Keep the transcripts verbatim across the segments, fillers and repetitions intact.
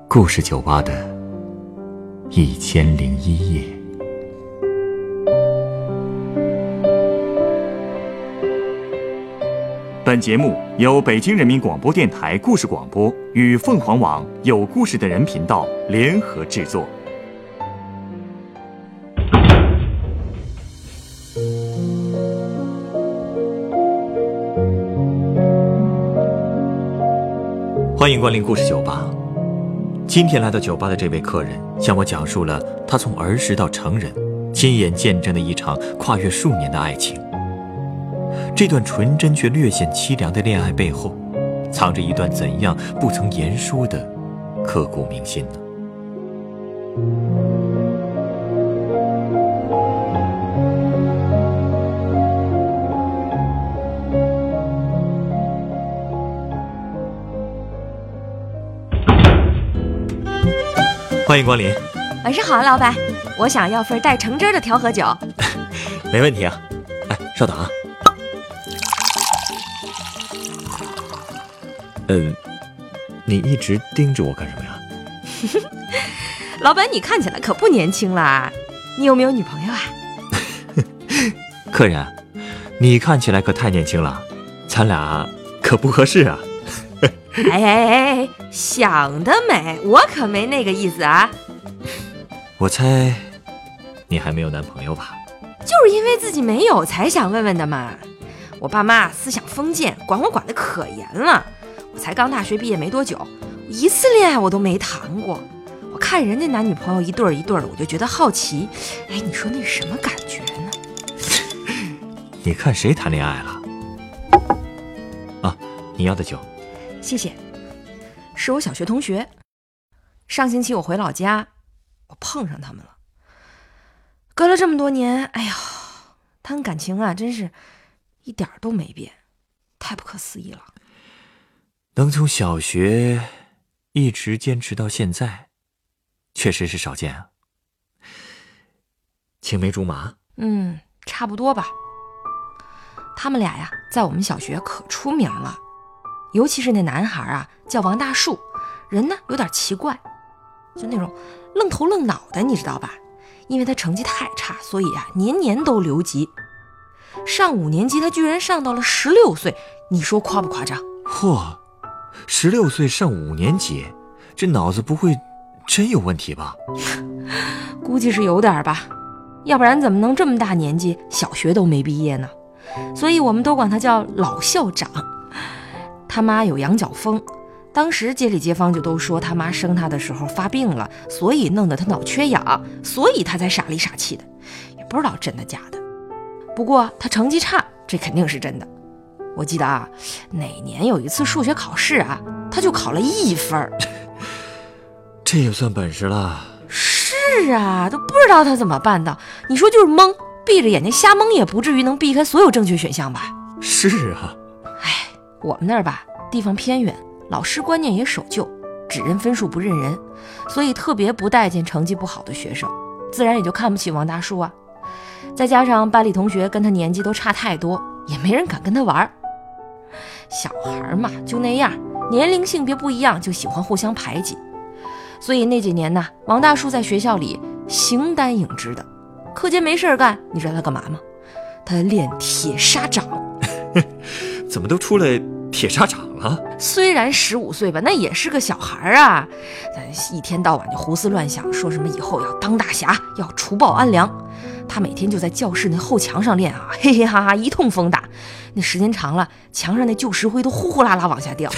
故事酒吧的一千零一夜。本节目由北京人民广播电台故事广播与凤凰网有故事的人频道联合制作。欢迎光临故事酒吧。今天来到酒吧的这位客人向我讲述了他从儿时到成人亲眼见证的一场跨越数年的爱情。这段纯真却略显凄凉的恋爱背后，藏着一段怎样不曾言说的刻骨铭心呢？欢迎光临。 晚上好，老板，我想要份带橙汁的调和酒。 没问题啊。哎，稍等啊。嗯，你一直盯着我干什么呀？ 老板，你看起来可不年轻啦，你有没有女朋友啊？ 客人，你看起来可太年轻了，咱俩可不合适啊。 哎哎哎，想得美，我可没那个意思啊。 我猜你还没有男朋友吧？ 就是因为自己没有才想问问的嘛。我爸妈思想封建，管我管得可严了。我才刚大学毕业没多久，一次恋爱我都没谈过。我看人家男女朋友一对儿一对儿的，我就觉得好奇。哎，你说那什么感觉呢？ 你看谁谈恋爱了？啊，你要的酒。 谢谢。是我小学同学。上星期我回老家，我碰上他们了。隔了这么多年，哎呀，他们感情啊，真是一点都没变，太不可思议了。 能从小学一直坚持到现在，确实是少见啊。青梅竹马？ 嗯，差不多吧。他们俩呀，在我们小学可出名了，尤其是那男孩啊，叫王大树，人呢有点奇怪，就那种愣头愣脑的，你知道吧？因为他成绩太差，所以啊，年年都留级。上五年级，他居然上到了十六岁，你说夸不夸张？ 嚯！十六岁上五年级，这脑子不会真有问题吧？ 估计是有点吧，要不然怎么能这么大年纪小学都没毕业呢？所以我们都管他叫老校长。他妈有羊角风，当时街里街坊就都说他妈生他的时候发病了，所以弄得他脑缺氧，所以他才傻里傻气的，也不知道真的假的。不过他成绩差，这肯定是真的。我记得啊，哪年有一次数学考试啊，他就考了一分。 这也算本事了。 是啊，都不知道他怎么办的。你说就是蒙，闭着眼睛瞎蒙也不至于能避开所有正确选项吧？ 是啊。 哎，我们那儿吧，地方偏远，老师观念也守旧，只认分数不认人，所以特别不待见成绩不好的学生，自然也就看不起王大树啊。再加上班里同学跟他年纪都差太多，也没人敢跟他玩。小孩嘛，就那样，年龄性别不一样，就喜欢互相排挤。所以那几年呢，王大树在学校里形单影只的，课间没事干，你知道他干嘛吗？他练铁砂掌。 怎么都出来铁砂掌了？虽然十五岁吧，那也是个小孩啊，一天到晚就胡思乱想，说什么以后要当大侠，要除暴安良。他每天就在教室那后墙上练啊，嘿嘿哈哈一通风打，那时间长了，墙上那旧石灰都呼呼啦啦往下掉。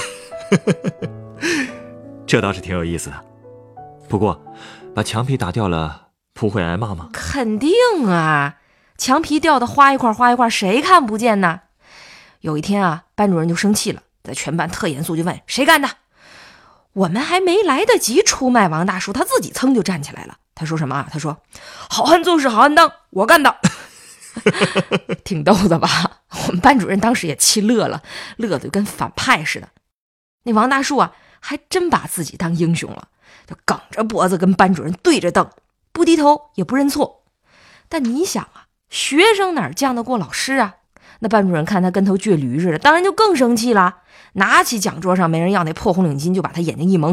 这倒是挺有意思的。不过把墙皮打掉了，不会挨骂吗？ 肯定啊，墙皮掉的花一块花一块，谁看不见呢？有一天啊，班主任就生气了，在全班特严肃就问谁干的。我们还没来得及出卖王大叔，他自己噌就站起来了。他说什么啊？他说好汉做事好汉当，我干的。挺逗的吧？我们班主任当时也气乐了，乐得跟反派似的。那王大叔啊，还真把自己当英雄了，就梗着脖子跟班主任对着瞪，不低头也不认错。但你想啊，学生哪犟得过老师啊？那班主任看他跟头倔驴似的，当然就更生气了，拿起讲桌上没人要那破红领巾，就把他眼睛一蒙，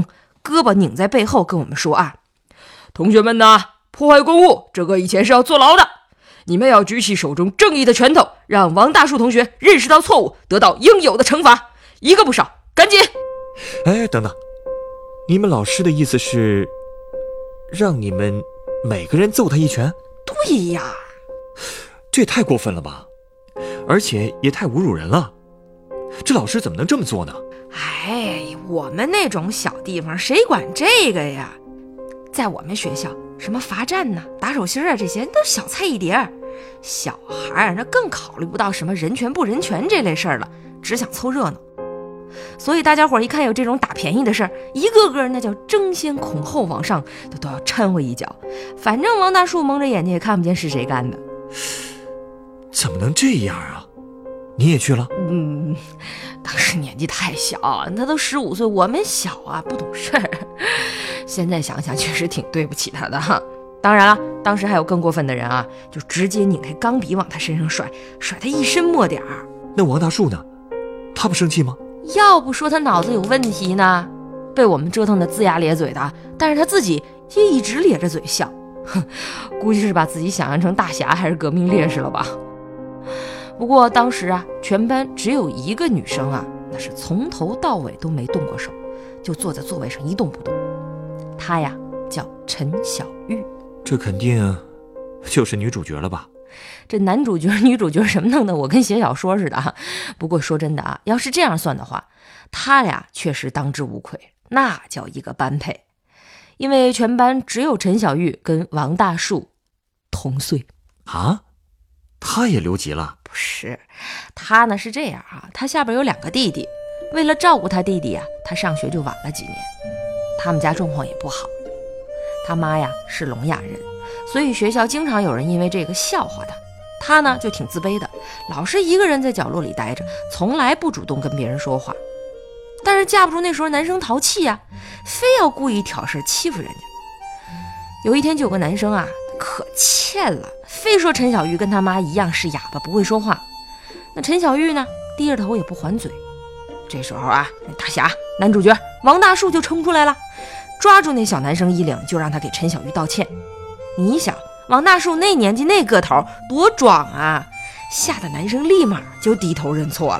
胳膊拧在背后跟我们说啊，同学们呐，破坏公物，这个以前是要坐牢的。你们要举起手中正义的拳头，让王大树同学认识到错误，得到应有的惩罚，一个不少，赶紧！ 哎，等等，你们老师的意思是让你们每个人揍他一拳？ 对呀， 这也太过分了吧，而且也太侮辱人了。这老师怎么能这么做呢？ 哎，我们那种小地方谁管这个呀？在我们学校，什么罚站呢、打手心啊，这些都小菜一碟。小孩那更考虑不到什么人权不人权这类事儿了，只想凑热闹。所以大家伙一看有这种打便宜的事儿，一个个那叫争先恐后往上，都都要掺和一脚。反正王大树蒙着眼睛也看不见是谁干的。 怎么能这样啊？你也去了？ 嗯，当时年纪太小，他都十五岁，我们小啊，不懂事儿。现在想想确实挺对不起他的哈。当然了，当时还有更过分的人啊，就直接拧开钢笔往他身上甩，甩他一身墨点儿。 那王大树呢？他不生气吗？ 要不说他脑子有问题呢，被我们折腾得龇牙咧嘴的，但是他自己也一直咧着嘴笑，哼，估计是把自己想象成大侠还是革命烈士了吧。不过当时啊，全班只有一个女生啊，那是从头到尾都没动过手，就坐在座位上一动不动。她呀叫陈小玉。 这肯定就是女主角了吧？ 这男主角女主角什么弄的，我跟写小说似的啊。不过说真的啊，要是这样算的话，他俩确实当之无愧，那叫一个般配。因为全班只有陈小玉跟王大树同岁啊，他也留级了？ 不是，他呢是这样啊，他下边有两个弟弟，为了照顾他弟弟啊，他上学就晚了几年。他们家状况也不好，他妈呀是聋哑人，所以学校经常有人因为这个笑话他。他呢就挺自卑的，老是一个人在角落里待着，从来不主动跟别人说话。但是架不住那时候男生淘气呀、啊，非要故意挑事欺负人家。有一天就有个男生啊，可欠了，非说陈小玉跟他妈一样是哑巴不会说话。那陈小玉呢低着头也不还嘴。这时候啊，大侠男主角王大树就冲出来了，抓住那小男生衣领，就让他给陈小玉道歉。你想王大树那年纪那个头多壮啊，吓得男生立马就低头认错了。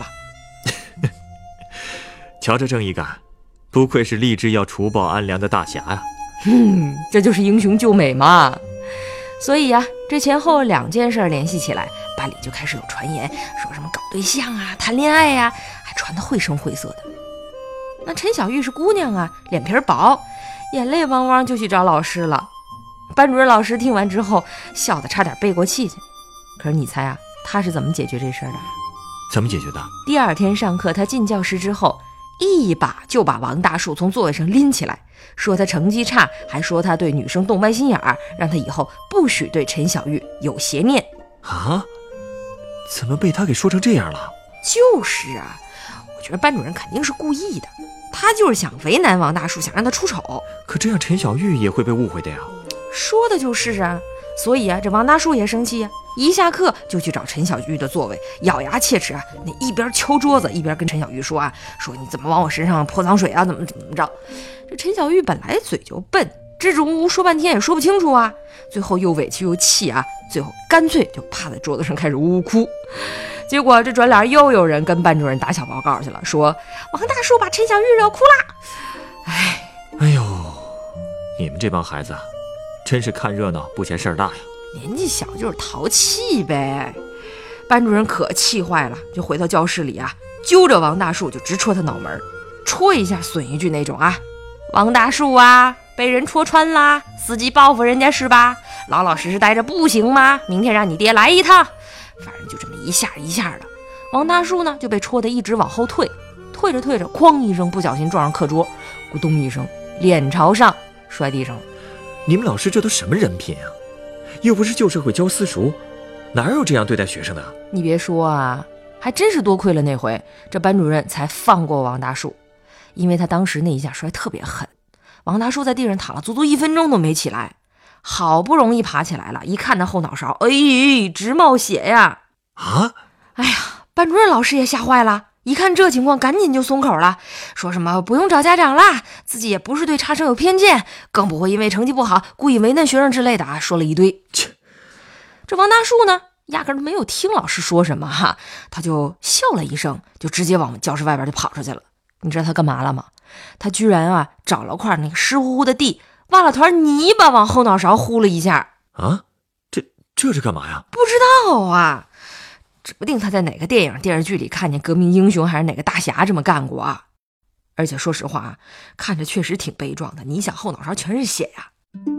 瞧这正义感，不愧是立志要除暴安良的大侠呀、啊！ 嗯，这就是英雄救美嘛。所以呀、啊，这前后两件事联系起来，班里就开始有传言，说什么搞对象啊、谈恋爱呀、啊，还传得绘声绘色的。那陈小玉是姑娘啊，脸皮薄，眼泪汪汪就去找老师了。班主任老师听完之后，笑得差点背过气去。可是你猜啊，他是怎么解决这事儿的？ 怎么解决的？ 第二天上课，他进教室之后，一把就把王大树从座位上拎起来，说他成绩差，还说他对女生动歪心眼儿，让他以后不许对陈小玉有邪念啊！怎么被他给说成这样了？ 就是啊，我觉得班主任肯定是故意的，他就是想为难王大树，想让他出丑。 可这样陈小玉也会被误会的呀。 说的就是啊，所以啊，这王大树也生气啊，一下课就去找陈小玉的座位，咬牙切齿啊，那一边敲桌子一边跟陈小玉说啊，说你怎么往我身上泼脏水啊，怎么怎么着。这陈小玉本来嘴就笨，支支吾吾说半天也说不清楚啊，最后又委屈又气啊，最后干脆就趴在桌子上开始呜呜哭。结果这转脸又有人跟班主任打小报告去了，说王大树把陈小玉惹哭了。哎， 哎呦，你们这帮孩子真是看热闹不嫌事儿大呀！ 年纪小就是淘气呗。班主任可气坏了，就回到教室里啊，揪着王大树就直戳他脑门，戳一下损一句那种啊。王大树啊，被人戳穿啦，伺机报复人家是吧？老老实实待着不行吗？明天让你爹来一趟。反正就这么一下一下的，王大树呢就被戳得一直往后退，退着退着，哐一声不小心撞上课桌，咕咚一声，脸朝上摔地上了。 你们老师这都什么人品啊？又不是旧社会教私塾，哪有这样对待学生的？ 你别说啊，还真是多亏了那回这班主任才放过王大树，因为他当时那一下摔特别狠，王大树在地上躺了足足一分钟都没起来，好不容易爬起来了，一看那后脑勺，哎，直冒血呀！ 啊！ 哎呀，班主任老师也吓坏了， 一看这情况，赶紧就松口了，说什么不用找家长啦，自己也不是对差生有偏见，更不会因为成绩不好故意为难学生之类的啊，说了一堆。这王大树呢，压根儿没有听老师说什么哈，他就笑了一声，就直接往教室外边就跑出去了。你知道他干嘛了吗？他居然啊找了块那个湿乎乎的地，挖了团泥巴往后脑勺呼了一下。 啊，这这是干嘛呀？ 不知道啊，指不定他在哪个电影电视剧里看见革命英雄还是哪个大侠这么干过啊。而且说实话啊，看着确实挺悲壮的，你想后脑勺全是血呀。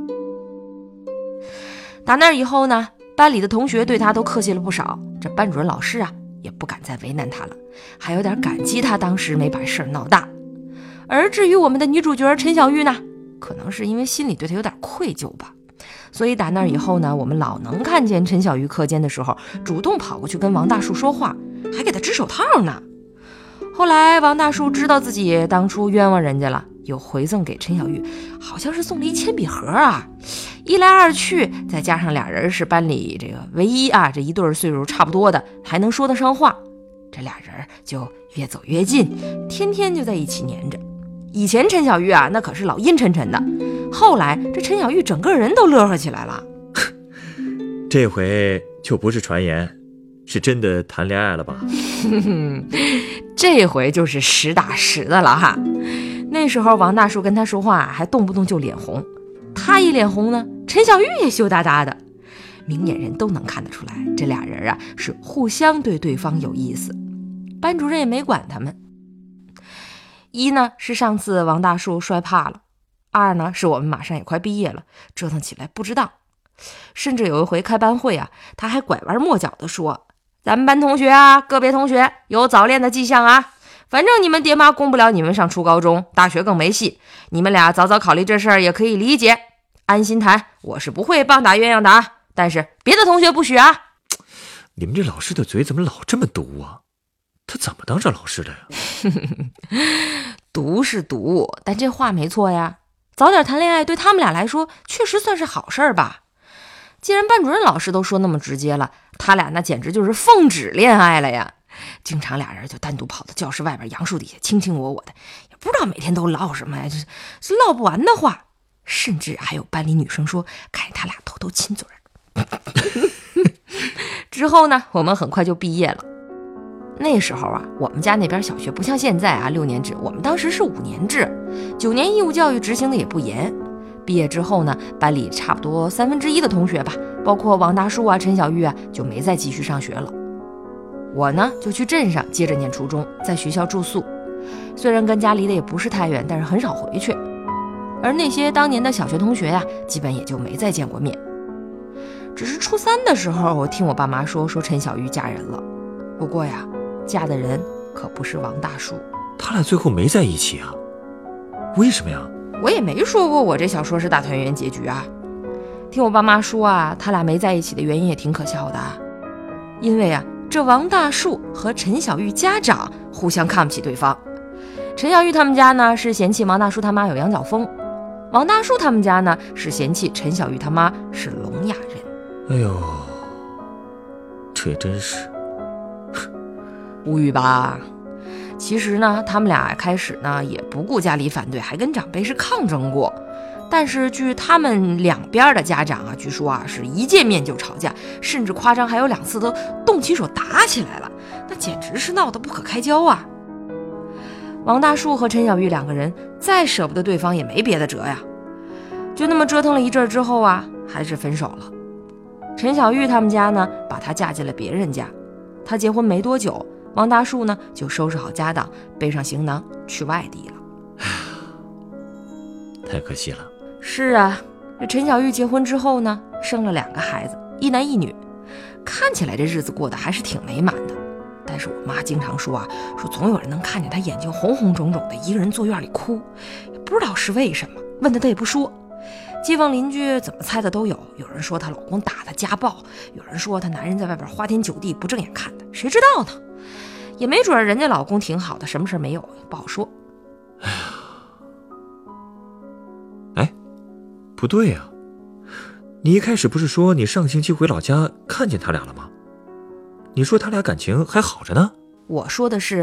打那以后呢，班里的同学对他都客气了不少，这班主任老师啊也不敢再为难他了，还有点感激他当时没把事儿闹大。而至于我们的女主角陈小玉呢，可能是因为心里对她有点愧疚吧，所以打那以后呢，我们老能看见陈小玉课间的时候主动跑过去跟王大树说话，还给他织手套呢。后来王大树知道自己当初冤枉人家了，又回赠给陈小玉，好像是送了一铅笔盒啊。一来二去，再加上俩人是班里这个唯一啊这一对岁数差不多的，还能说得上话，这俩人就越走越近，天天就在一起黏着。以前陈小玉啊那可是老阴沉沉的，后来这陈小玉整个人都乐呵起来了。 这回就不是传言，是真的谈恋爱了吧？ 这回就是实打实的了哈。那时候王大树跟他说话还动不动就脸红，他一脸红呢，陈小玉也羞答答的，明眼人都能看得出来，这俩人啊是互相对对方有意思。班主任也没管他们。一呢是上次王大树摔怕了，二呢是我们马上也快毕业了，折腾起来不知道。甚至有一回开班会啊，他还拐弯抹角的说，咱们班同学啊，个别同学有早恋的迹象啊，反正你们爹妈供不了你们上初高中，大学更没戏，你们俩早早考虑这事儿也可以理解，安心谈，我是不会棒打鸳鸯的啊，但是别的同学不许啊。 你们这老师的嘴怎么老这么毒啊？他怎么当上老师的呀？ 毒是毒，但这话没错呀，早点谈恋爱对他们俩来说确实算是好事儿吧。既然班主任老师都说那么直接了，他俩那简直就是奉旨恋爱了呀。经常俩人就单独跑到教室外边杨树底下卿卿我我的，也不知道每天都唠什么呀，就是是唠不完的话。甚至还有班里女生说看见他俩偷偷亲嘴儿。之后呢，我们很快就毕业了。那时候啊，我们家那边小学不像现在啊六年制，我们当时是五年制，九年义务教育执行的也不严。毕业之后呢，班里差不多三分之一的同学吧，包括王大树啊、陈小玉啊，就没再继续上学了。我呢，就去镇上接着念初中，在学校住宿。虽然跟家离得也不是太远，但是很少回去。而那些当年的小学同学呀、啊，基本也就没再见过面。只是初三的时候，我听我爸妈说，说陈小玉嫁人了。不过呀，嫁的人可不是王大树。 他俩最后没在一起啊？为什么呀？ 我也没说过我这小说是大团圆结局啊。听我爸妈说啊，他俩没在一起的原因也挺可笑的啊。因为啊，这王大树和陈小玉家长互相看不起对方。陈小玉他们家呢是嫌弃王大树他妈有羊角风，王大树他们家呢是嫌弃陈小玉他妈是聋哑人。 哎呦，这也真是无语吧。其实呢，他们俩开始呢也不顾家里反对，还跟长辈是抗争过。但是据他们两边的家长啊，据说啊是一见面就吵架，甚至夸张还有两次都动起手打起来了，那简直是闹得不可开交啊。王大树和陈小玉两个人再舍不得对方也没别的辙呀，就那么折腾了一阵之后啊，还是分手了。陈小玉他们家呢，把她嫁进了别人家。她结婚没多久，王大树呢就收拾好家当，背上行囊去外地了。 太可惜了。 是啊，这陈小玉结婚之后呢，生了两个孩子，一男一女，看起来这日子过得还是挺美满的。但是我妈经常说啊，说总有人能看见她眼睛红红肿肿的，一个人坐院里哭，也不知道是为什么，问她她也不说。街坊邻居怎么猜的都有，有人说她老公打她家暴，有人说她男人在外边花天酒地不正眼看的，谁知道呢？也没准人家老公挺好的，什么事没有，不好说。 哎呀，哎，不对呀、啊，你一开始不是说你上星期回老家看见他俩了吗？你说他俩感情还好着呢。 我说的是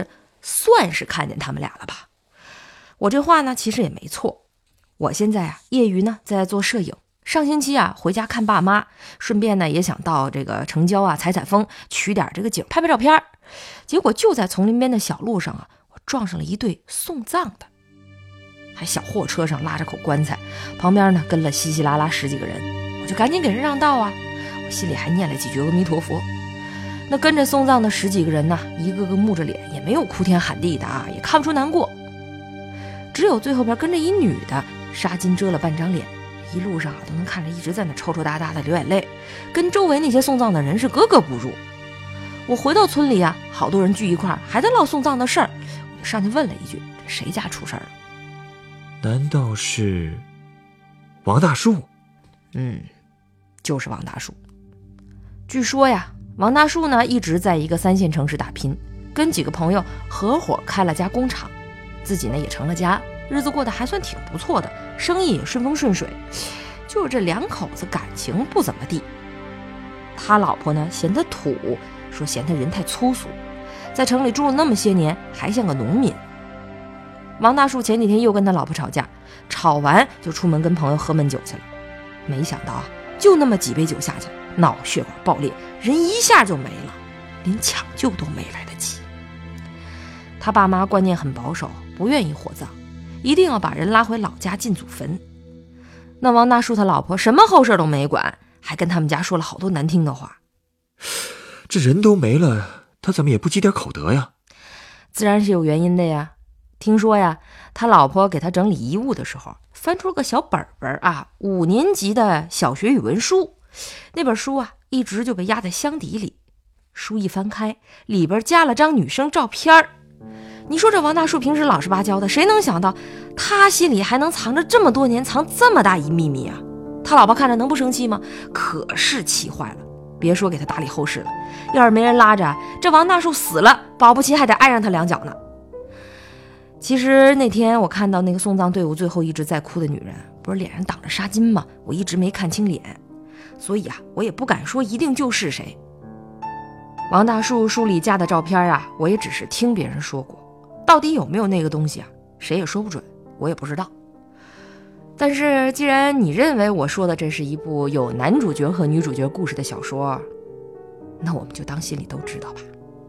算是看见他们俩了吧。我这话呢其实也没错，我现在啊业余呢在做摄影，上星期啊回家看爸妈，顺便呢也想到这个城郊啊采采风，取点这个景拍拍照片。结果就在丛林边的小路上啊，我撞上了一对送葬的，还小货车上拉着口棺材，旁边呢跟了稀稀拉拉十几个人，我就赶紧给人让道啊，我心里还念了几句阿弥陀佛。那跟着送葬的十几个人呢，一个个木着脸，也没有哭天喊地的啊，也看不出难过。只有最后边跟着一女的，纱巾遮了半张脸，一路上啊都能看着一直在那抽抽搭搭的流眼泪，跟周围那些送葬的人是格格不入。我回到村里啊，好多人聚一块儿，还在唠送葬的事儿，我就上去问了一句：“这谁家出事儿了？” 难道是王大树？ 嗯，就是王大树。据说呀，王大树呢一直在一个三线城市打拼，跟几个朋友合伙开了家工厂，自己呢也成了家，日子过得还算挺不错的，生意也顺风顺水。就是这两口子感情不怎么地，他老婆呢嫌他土，说嫌他人太粗俗，在城里住了那么些年，还像个农民。王大树前几天又跟他老婆吵架，吵完就出门跟朋友喝闷酒去了。没想到啊，就那么几杯酒下去，脑血管爆裂，人一下就没了，连抢救都没来得及。他爸妈观念很保守，不愿意火葬，一定要把人拉回老家进祖坟。那王大树他老婆什么后事都没管，还跟他们家说了好多难听的话。 这人都没了，他怎么也不积点口德呀？ 自然是有原因的呀。听说呀，他老婆给他整理遗物的时候，翻出了个小本本啊，五年级的小学语文书。那本书啊，一直就被压在箱底里。书一翻开，里边加了张女生照片。你说这王大树平时老实巴交的，谁能想到他心里还能藏着这么多年，藏这么大一秘密啊？他老婆看着能不生气吗？可是气坏了。别说给他打理后事了，要是没人拉着，这王大树死了，保不齐还得挨上他两脚呢。其实那天我看到那个送葬队伍最后一直在哭的女人，不是脸上挡着纱巾吗？我一直没看清脸，所以啊，我也不敢说一定就是谁。王大树书里加的照片啊，我也只是听别人说过，到底有没有那个东西啊，谁也说不准，我也不知道。但是既然你认为我说的这是一部有男主角和女主角故事的小说，那我们就当心里都知道吧。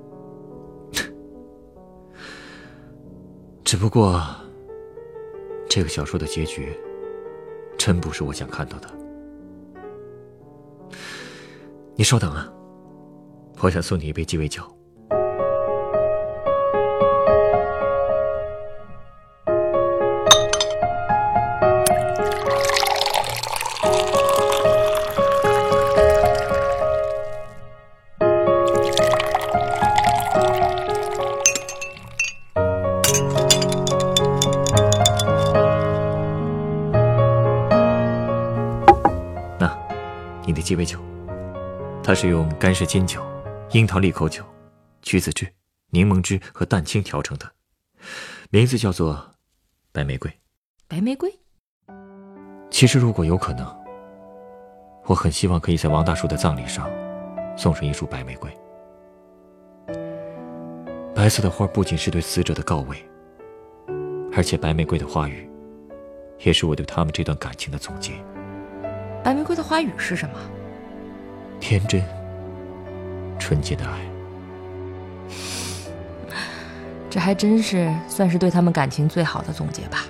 只不过这个小说的结局真不是我想看到的。你稍等啊，我想送你一杯鸡尾酒。你的鸡尾酒，它是用干式金酒、樱桃利口酒、橘子汁、柠檬汁和蛋清调成的，名字叫做白玫瑰。 白玫瑰？ 其实如果有可能，我很希望可以在王大树的葬礼上送上一束白玫瑰。白色的花不仅是对死者的告慰，而且白玫瑰的花语也是我对他们这段感情的总结。 白玫瑰的花语是什么？ 天真纯洁的爱。 这还真是算是对他们感情最好的总结吧。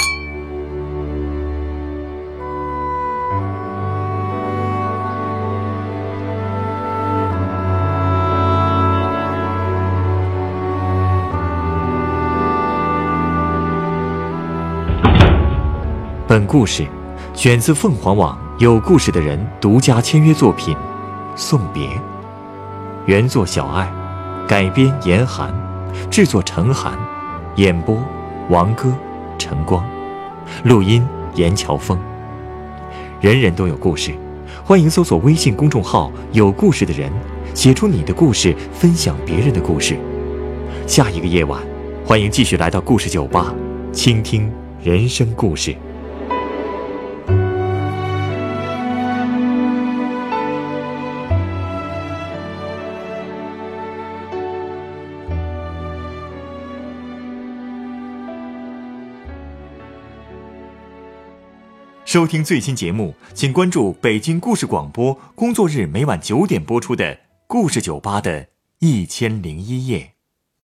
本故事选自凤凰网有故事的人独家签约作品《送别》，原作小爱，改编严寒，制作陈寒，演播王歌、陈光，录音严乔峰。人人都有故事，欢迎搜索微信公众号“有故事的人”，写出你的故事，分享别人的故事。下一个夜晚，欢迎继续来到故事酒吧，倾听人生故事。 收听最新节目，请关注北京故事广播，工作日每晚九点播出的《故事酒吧》的一千零一夜。